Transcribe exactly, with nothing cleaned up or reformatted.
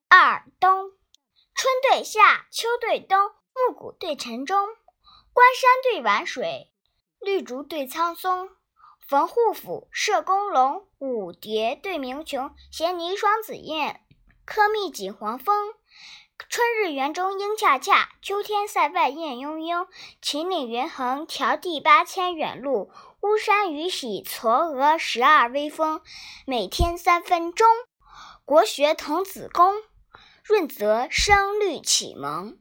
二冬，春对夏，秋对冬，暮鼓对晨钟，关山对晚水，绿竹对苍松，逢户府，射公龙，舞蝶对鸣琼，衔泥双紫燕，柯密锦黄蜂。春日园中莺恰恰，秋天塞外雁雍雍。秦岭云横，迢递八千远路，巫山雨洗，嵯峨十二微风。每天三分钟，国学童子功，润泽声律启蒙。